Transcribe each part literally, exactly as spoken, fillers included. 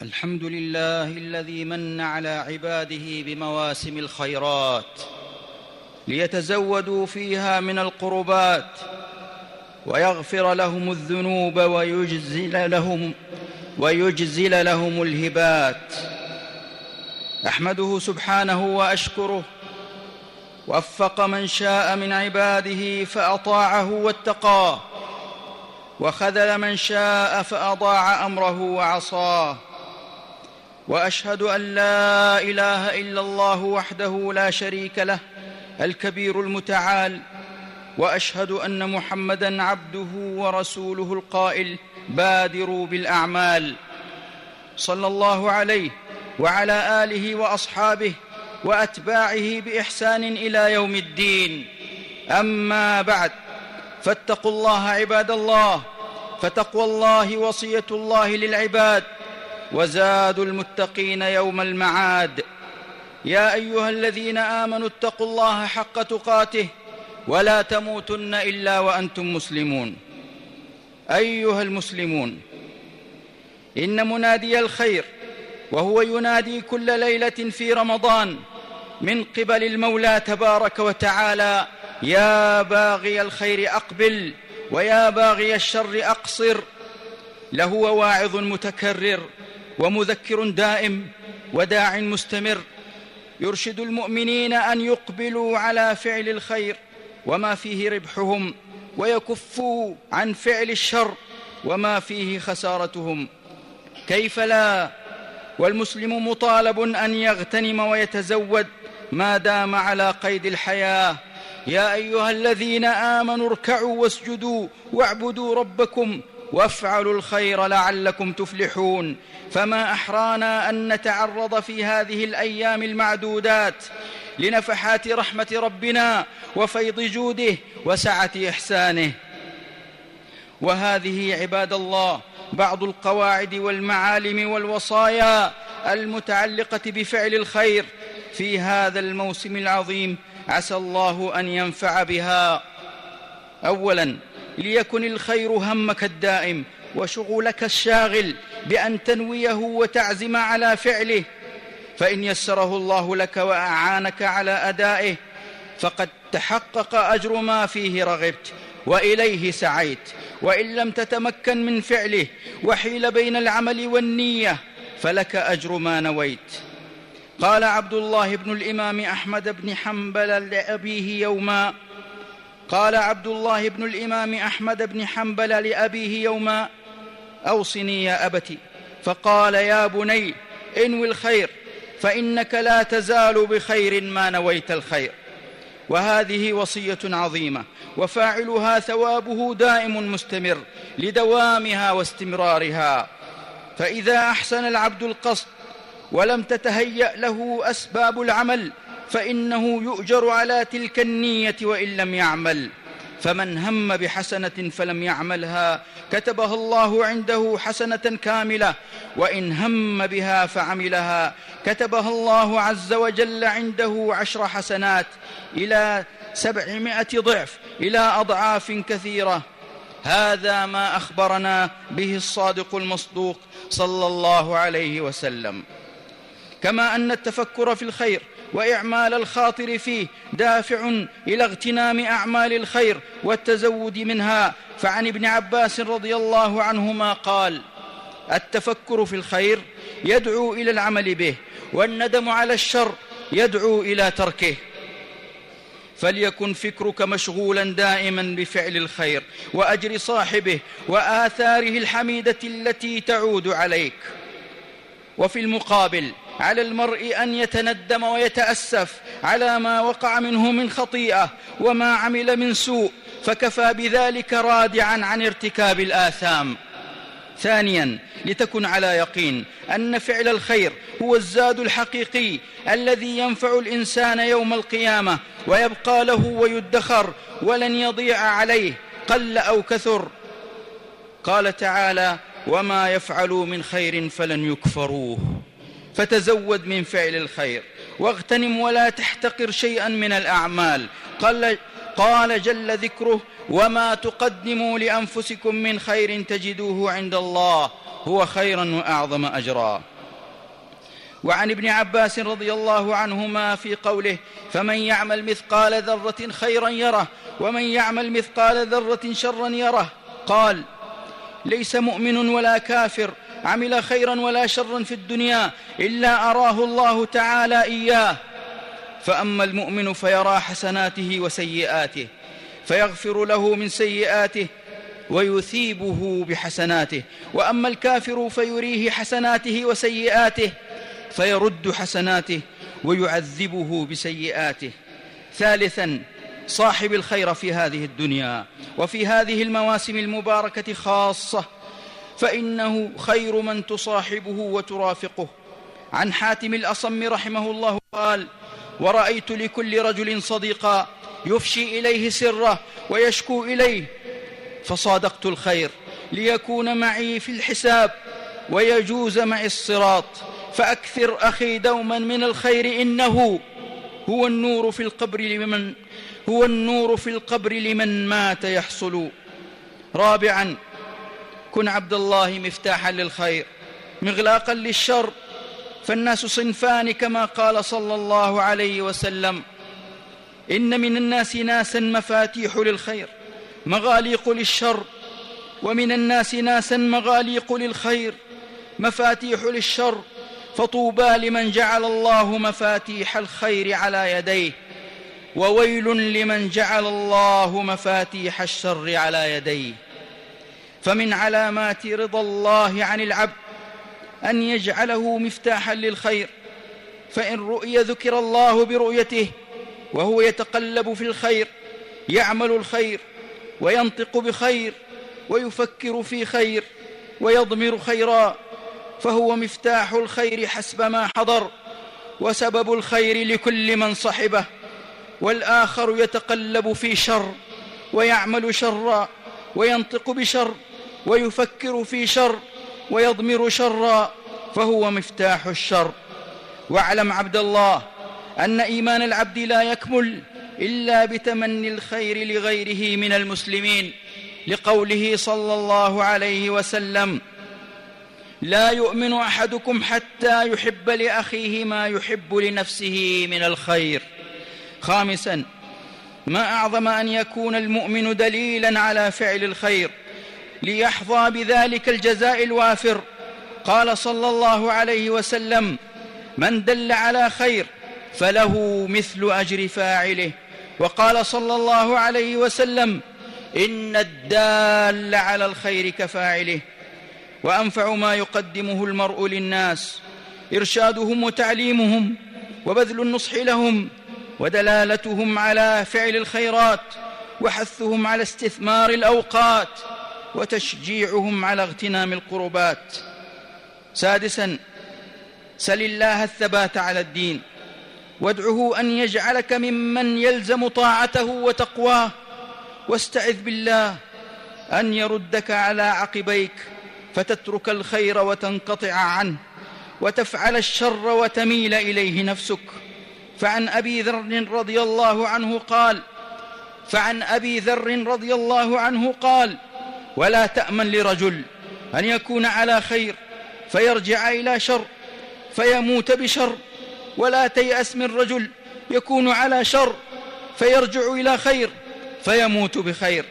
الحمد لله الذي من على عباده بمواسم الخيرات ليتزودوا فيها من القربات ويغفر لهم الذنوب ويجزل لهم, ويجزل لهم الهبات. أحمده سبحانه وأشكره، وفق من شاء من عباده فأطاعه واتقاه، وخذل من شاء فأضاع أمره وعصاه. وأشهد أن لا إله إلا الله وحده لا شريك له الكبير المتعال، وأشهد أن محمدًا عبده ورسوله القائل: بادروا بالأعمال. صلى الله عليه وعلى آله وأصحابه وأتباعه بإحسان إلى يوم الدين. أما بعد، فاتقوا الله عباد الله، فتقوى الله وصية الله للعباد، وزاد المتقين يوم المعاد. يا أيها الذين آمنوا اتقوا الله حق تقاته ولا تموتن إلا وأنتم مسلمون. أيها المسلمون، إن منادي الخير وهو ينادي كل ليلة في رمضان من قبل المولى تبارك وتعالى: يا باغي الخير أقبل ويا باغي الشر أقصر. لهو واعظ متكرر ومذكر دائم وداع مستمر، يرشد المؤمنين أن يقبلوا على فعل الخير وما فيه ربحهم، ويكفوا عن فعل الشر وما فيه خسارتهم. كيف لا، والمسلم مطالب أن يغتنم ويتزود ما دام على قيد الحياة. يا أيها الذين آمنوا اركعوا واسجدوا واعبدوا ربكم وافعلوا الخير لعلكم تفلحون. فما أحرانا أن نتعرض في هذه الأيام المعدودات لنفحات رحمة ربنا وفيض جوده وسعة إحسانه. وهذه عباد الله بعض القواعد والمعالم والوصايا المتعلقة بفعل الخير في هذا الموسم العظيم، عسى الله أن ينفع بها. أولاً، ليكن الخير همك الدائم وشغلك الشاغل بأن تنويه وتعزم على فعله، فإن يسره الله لك وأعانك على أدائه فقد تحقق أجر ما فيه رغبت وإليه سعيت. وإن لم تتمكن من فعله وحيل بين العمل والنية فلك أجر ما نويت. قال عبد الله بن الإمام أحمد بن حنبل لأبيه يوما قال عبد الله بن الإمام أحمد بن حنبل لأبيه يوما: أوصني يا أبت. فقال: يا بني، انوي الخير فإنك لا تزال بخير ما نويت الخير. وهذه وصية عظيمة، وفاعلها ثوابه دائم مستمر لدوامها واستمرارها. فإذا أحسن العبد القصد ولم تتهيأ له أسباب العمل فإنه يؤجر على تلك النية وإن لم يعمل. فمن هم بحسنة فلم يعملها كتبها الله عنده حسنة كاملة، وإن هم بها فعملها كتبها الله عز وجل عنده عشر حسنات إلى سبعمائة ضعف، إلى أضعاف كثيرة. هذا ما أخبرنا به الصادق المصدوق صلى الله عليه وسلم. كما أن التفكر في الخير وإعمال الخاطر فيه دافع إلى اغتنام أعمال الخير والتزود منها. فعن ابن عباس رضي الله عنهما قال: التفكر في الخير يدعو إلى العمل به، والندم على الشر يدعو إلى تركه. فليكن فكرك مشغولا دائما بفعل الخير وأجر صاحبه وآثاره الحميدة التي تعود عليك. وفي المقابل على المرء أن يتندم ويتأسف على ما وقع منه من خطيئة وما عمل من سوء، فكفى بذلك رادعا عن ارتكاب الآثام. ثانيا، لتكن على يقين أن فعل الخير هو الزاد الحقيقي الذي ينفع الإنسان يوم القيامة ويبقى له ويدخر ولن يضيع عليه قل أو كثر. قال تعالى: وما يفعلوا من خير فلن يكفروه. فتزود من فعل الخير واغتنم ولا تحتقر شيئا من الأعمال. قال, قال جل ذكره: وما تقدموا لأنفسكم من خير تجدوه عند الله هو خيرا وأعظم أجرا. وعن ابن عباس رضي الله عنهما في قوله: فمن يعمل مثقال ذرة خيرا يره ومن يعمل مثقال ذرة شرا يره، قال: ليس مؤمن ولا كافر عمل خيرا ولا شرا في الدنيا إلا أراه الله تعالى إياه، فأما المؤمن فيرى حسناته وسيئاته فيغفر له من سيئاته ويثيبه بحسناته، وأما الكافر فيريه حسناته وسيئاته فيرد حسناته ويعذبه بسيئاته. ثالثا، صاحب الخير في هذه الدنيا وفي هذه المواسم المباركة خاصة، فإنه خير من تصاحبه وترافقه. عن حاتم الأصم رحمه الله قال: ورأيت لكل رجل صديقا يفشي إليه سره ويشكو إليه، فصادقت الخير ليكون معي في الحساب ويجوز معي الصراط، فأكثر أخي دوما من الخير، إنه هو النور في القبر لمن هو النور في القبر لمن مات يحصل. رابعا، كن عبد الله مفتاحا للخير مغلاقا للشر، فالناس صنفان كما قال صلى الله عليه وسلم: إن من الناس ناسا مفاتيح للخير مغاليق للشر، ومن الناس ناسا مغاليق للخير مفاتيح للشر، فطوبى لمن جعل الله مفاتيح الخير على يديه، وويل لمن جعل الله مفاتيح الشر على يديه. فمن علامات رضا الله عن العبد أن يجعله مفتاحا للخير، فإن رؤي ذكر الله برؤيته وهو يتقلب في الخير، يعمل الخير وينطق بخير ويفكر في خير ويضمر خيرا، فهو مفتاح الخير حسب ما حضر وسبب الخير لكل من صحبه. والآخر يتقلب في شر ويعمل شرا وينطق بشر ويفكر في شر ويضمر شرا، فهو مفتاح الشر. واعلم عبد الله أن إيمان العبد لا يكمل إلا بتمني الخير لغيره من المسلمين، لقوله صلى الله عليه وسلم: لا يؤمن أحدكم حتى يحب لأخيه ما يحب لنفسه من الخير. خامسا، ما أعظم أن يكون المؤمن دليلا على فعل الخير ليحظى بذلك الجزاء الوافر. قال صلى الله عليه وسلم: من دل على خير فله مثل أجر فاعله. وقال صلى الله عليه وسلم: إن الدال على الخير كفاعله. وأنفع ما يقدمه المرء للناس إرشادهم وتعليمهم وبذل النصح لهم ودلالتهم على فعل الخيرات وحثهم على استثمار الأوقات وتشجيعهم على اغتنام القربات. سادسا، سل الله الثبات على الدين وادعه أن يجعلك ممن يلزم طاعته وتقواه، واستعذ بالله أن يردك على عقبيك فتترك الخير وتنقطع عنه وتفعل الشر وتميل إليه نفسك. فعن أبي ذر رضي الله عنه قال فعن أبي ذر رضي الله عنه قال: ولا تأمن لرجل أن يكون على خير فيرجع إلى شر فيموت بشر، ولا تيأس من رجل يكون على شر فيرجع إلى خير فيموت بخير.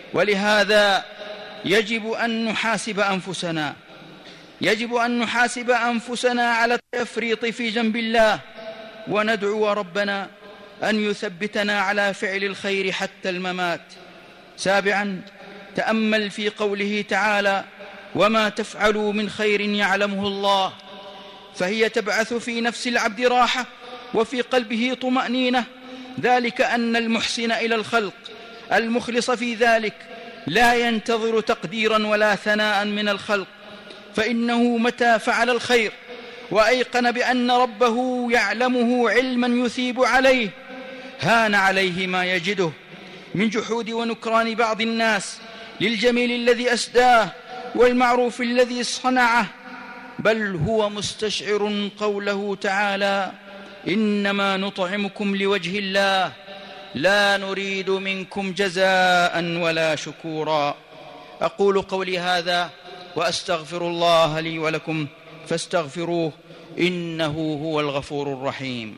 ولهذا يجب أن نحاسب أنفسنا يجب أن نحاسب أنفسنا على التفريط في جنب الله، وندعو ربنا أن يثبتنا على فعل الخير حتى الممات. سابعا، تأمل في قوله تعالى: وما تفعلوا من خير يعلمه الله، فهي تبعث في نفس العبد راحة وفي قلبه طمأنينة. ذلك أن المحسن إلى الخلق المخلص في ذلك لا ينتظر تقديرا ولا ثناء من الخلق، فإنه متى فعل الخير وأيقن بأن ربه يعلمه علما يثيب عليه، هان عليه ما يجده من جحود ونكران بعض الناس للجميل الذي أسداه والمعروف الذي صنعه، بل هو مستشعر قوله تعالى: إنما نطعمكم لوجه الله لا نريد منكم جزاء ولا شكورا. أقول قولي هذا وأستغفر الله لي ولكم فاستغفروه إنه هو الغفور الرحيم.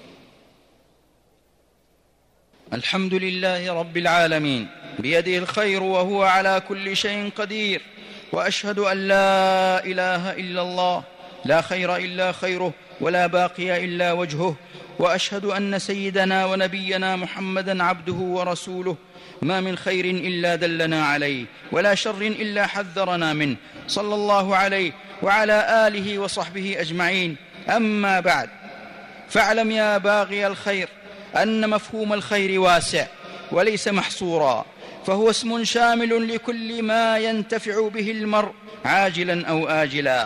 الحمد لله رب العالمين، بيده الخير وهو على كل شيء قدير، وأشهد أن لا إله إلا الله، لا خير إلا خيره، ولا باقي إلا وجهه، وأشهد أن سيدنا ونبينا محمدًا عبده ورسوله، ما من خير إلا دلنا عليه، ولا شر إلا حذرنا منه، صلى الله عليه وعلى آله وصحبه أجمعين. أما بعد، فاعلم يا باغي الخير أن مفهوم الخير واسع وليس محصورا، فهو اسم شامل لكل ما ينتفع به المرء عاجلا أو آجلا.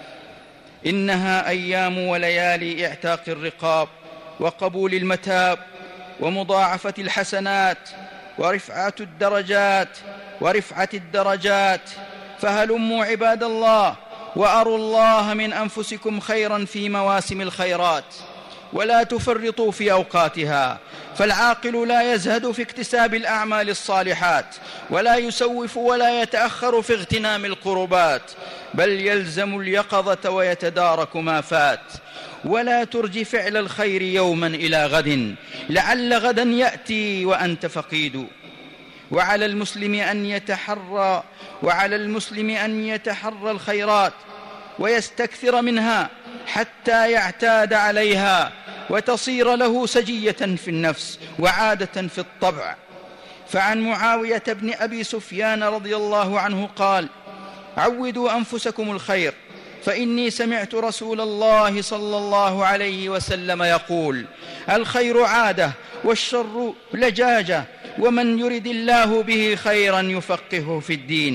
إنها أيام وليالي اعتاق الرقاب، وقبول المتاب، ومضاعفة الحسنات، ورفعة الدرجات ورفعة الدرجات فهلموا عباد الله، وأروا الله من أنفسكم خيرا في مواسم الخيرات، ولا تفرطوا في أوقاتها، فالعاقل لا يزهد في اكتساب الأعمال الصالحات، ولا يسوف ولا يتأخر في اغتنام القربات، بل يلزم اليقظة ويتدارك ما فات. ولا ترج فعل الخير يوما إلى غد، لعل غدا يأتي وأنت فقيد. وعلى المسلم أن يتحرى وعلى المسلم أن يتحرى الخيرات ويستكثر منها حتى يعتاد عليها وتصير له سجية في النفس وعادة في الطبع. فعن معاوية بن أبي سفيان رضي الله عنه قال: عودوا أنفسكم الخير، فإني سمعت رسول الله صلى الله عليه وسلم يقول: الخير عادة والشر لجاجة، ومن يرد الله به خيرا يفقهه في الدين.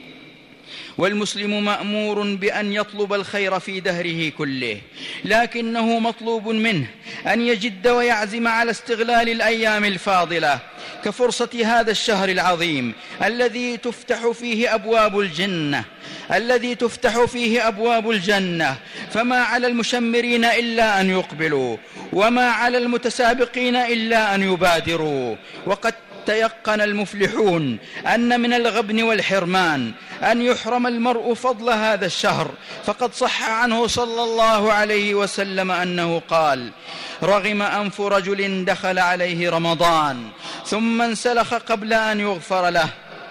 والمسلم مأمور بأن يطلب الخير في دهره كله، لكنه مطلوب منه أن يجد ويعزم على استغلال الأيام الفاضلة كفرصة هذا الشهر العظيم الذي تفتح فيه أبواب الجنة الذي تفتح فيه أبواب الجنة فما على المشمرين إلا أن يقبلوا، وما على المتسابقين إلا أن يبادروا. وقد تيقن المفلحون أن من الغبن والحرمان أن يحرم المرء فضل هذا الشهر، فقد صح عنه صلى الله عليه وسلم أنه قال: رغم أنف رجل دخل عليه رمضان ثم انسلخ قبل أن يغفر له،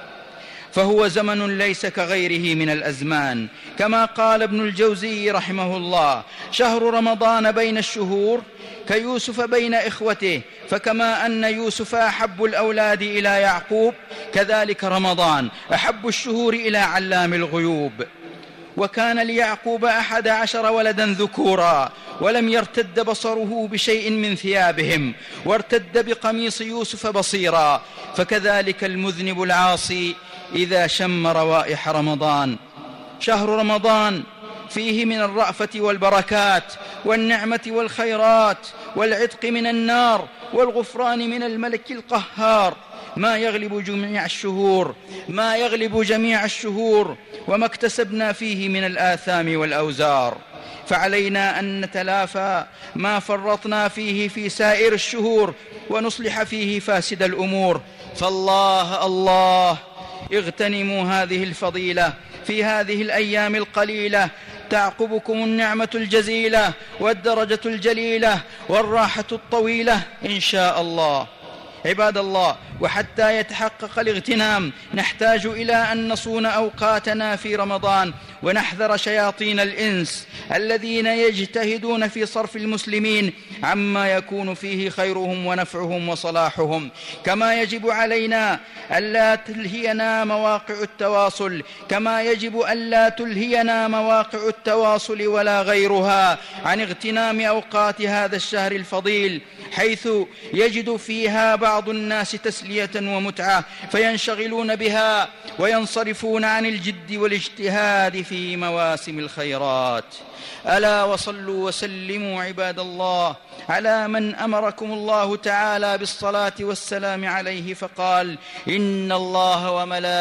فهو زمن ليس كغيره من الأزمان. كما قال ابن الجوزي رحمه الله: شهر رمضان بين الشهور كيوسف بين إخوته، فكما أن يوسف أحب الأولاد إلى يعقوب، كذلك رمضان أحب الشهور إلى علام الغيوب. وكان ليعقوب أحد عشر ولدا ذكورا، ولم يرتد بصره بشيء من ثيابهم، وارتد بقميص يوسف بصيرا، فكذلك المذنب العاصي إذا شم روائح رمضان. شهر رمضان فيه من الرأفة والبركات والنعمة والخيرات والعتق من النار والغفران من الملك القهار ما يغلب جميع الشهور ما يغلب جميع الشهور وما اكتسبنا فيه من الآثام والأوزار. فعلينا أن نتلافى ما فرطنا فيه في سائر الشهور، ونصلح فيه فاسد الأمور. فالله الله اغتنموا هذه الفضيلة في هذه الأيام القليلة، تعقبكم النعمة الجزيلة والدرجة الجليلة والراحة الطويلة إن شاء الله. عباد الله، وحتى يتحقق الاغتنام نحتاج إلى أن نصون أوقاتنا في رمضان، ونحذر شياطين الإنس الذين يجتهدون في صرف المسلمين عما يكون فيه خيرهم ونفعهم وصلاحهم. كما يجب علينا ألا تلهينا مواقع التواصل كما يجب ألا تلهينا مواقع التواصل ولا غيرها عن اغتنام أوقات هذا الشهر الفضيل، حيث يجد فيها بعض الناس تسلية ومتعة فينشغلون بها وينصرفون عن الجد والاجتهاد في مواسم الخيرات. ألا وصلوا وسلموا عباد الله على من أمركم الله تعالى بالصلاة والسلام عليه، فقال: إن الله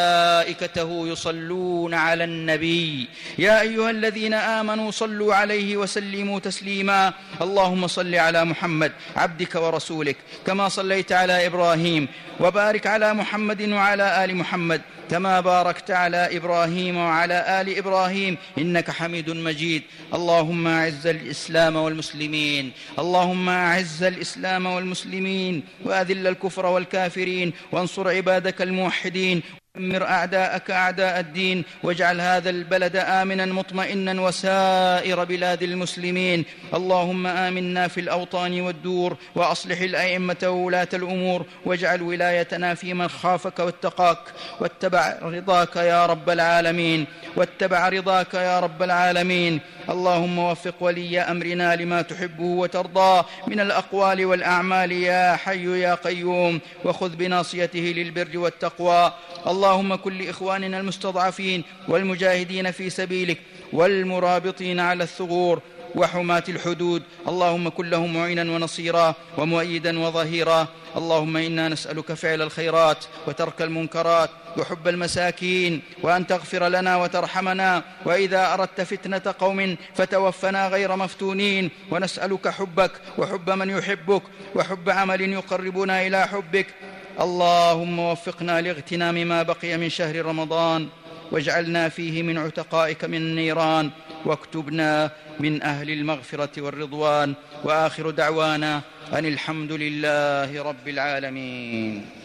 وملائكته يصلون على النبي يا أيها الذين آمنوا صلوا عليه وسلموا تسليما. اللهم صل على محمد عبدك ورسولك كما صليت على على إبراهيم وبارك على محمد وعلى آل محمد كما باركت على إبراهيم وعلى آل إبراهيم إنك حميد مجيد. اللهم أعز الإسلام والمسلمين اللهم أعز الإسلام والمسلمين وأذل الكفر والكافرين وانصر عبادك الموحدين دمر أعداءك أعداء الدين واجعل هذا البلد آمنا مطمئنا وسائر بلاد المسلمين. اللهم آمنا في الأوطان والدور وأصلح الأئمة وولاة الأمور واجعل ولايتنا في من خافك واتقاك واتبع رضاك يا رب العالمين واتبع رضاك يا رب العالمين. اللهم وفق ولي أمرنا لما تحبه وترضى من الأقوال والأعمال يا حي يا قيوم وخذ بناصيته للبر والتقوى. اللهم كن لإخواننا المستضعفين والمجاهدين في سبيلك والمرابطين على الثغور وحماة الحدود اللهم كن لهم معينا ونصيرا ومؤيدا وظهيرا. اللهم إنا نسألك فعل الخيرات وترك المنكرات وحب المساكين وأن تغفر لنا وترحمنا وإذا أردت فتنة قوم فتوفنا غير مفتونين. ونسألك حبك وحب من يحبك وحب عمل يقربنا إلى حبك. اللهم وفقنا لاغتنام ما بقي من شهر رمضان واجعلنا فيه من عتقائك من النيران واكتبنا من أهل المغفرة والرضوان. وآخر دعوانا أن الحمد لله رب العالمين.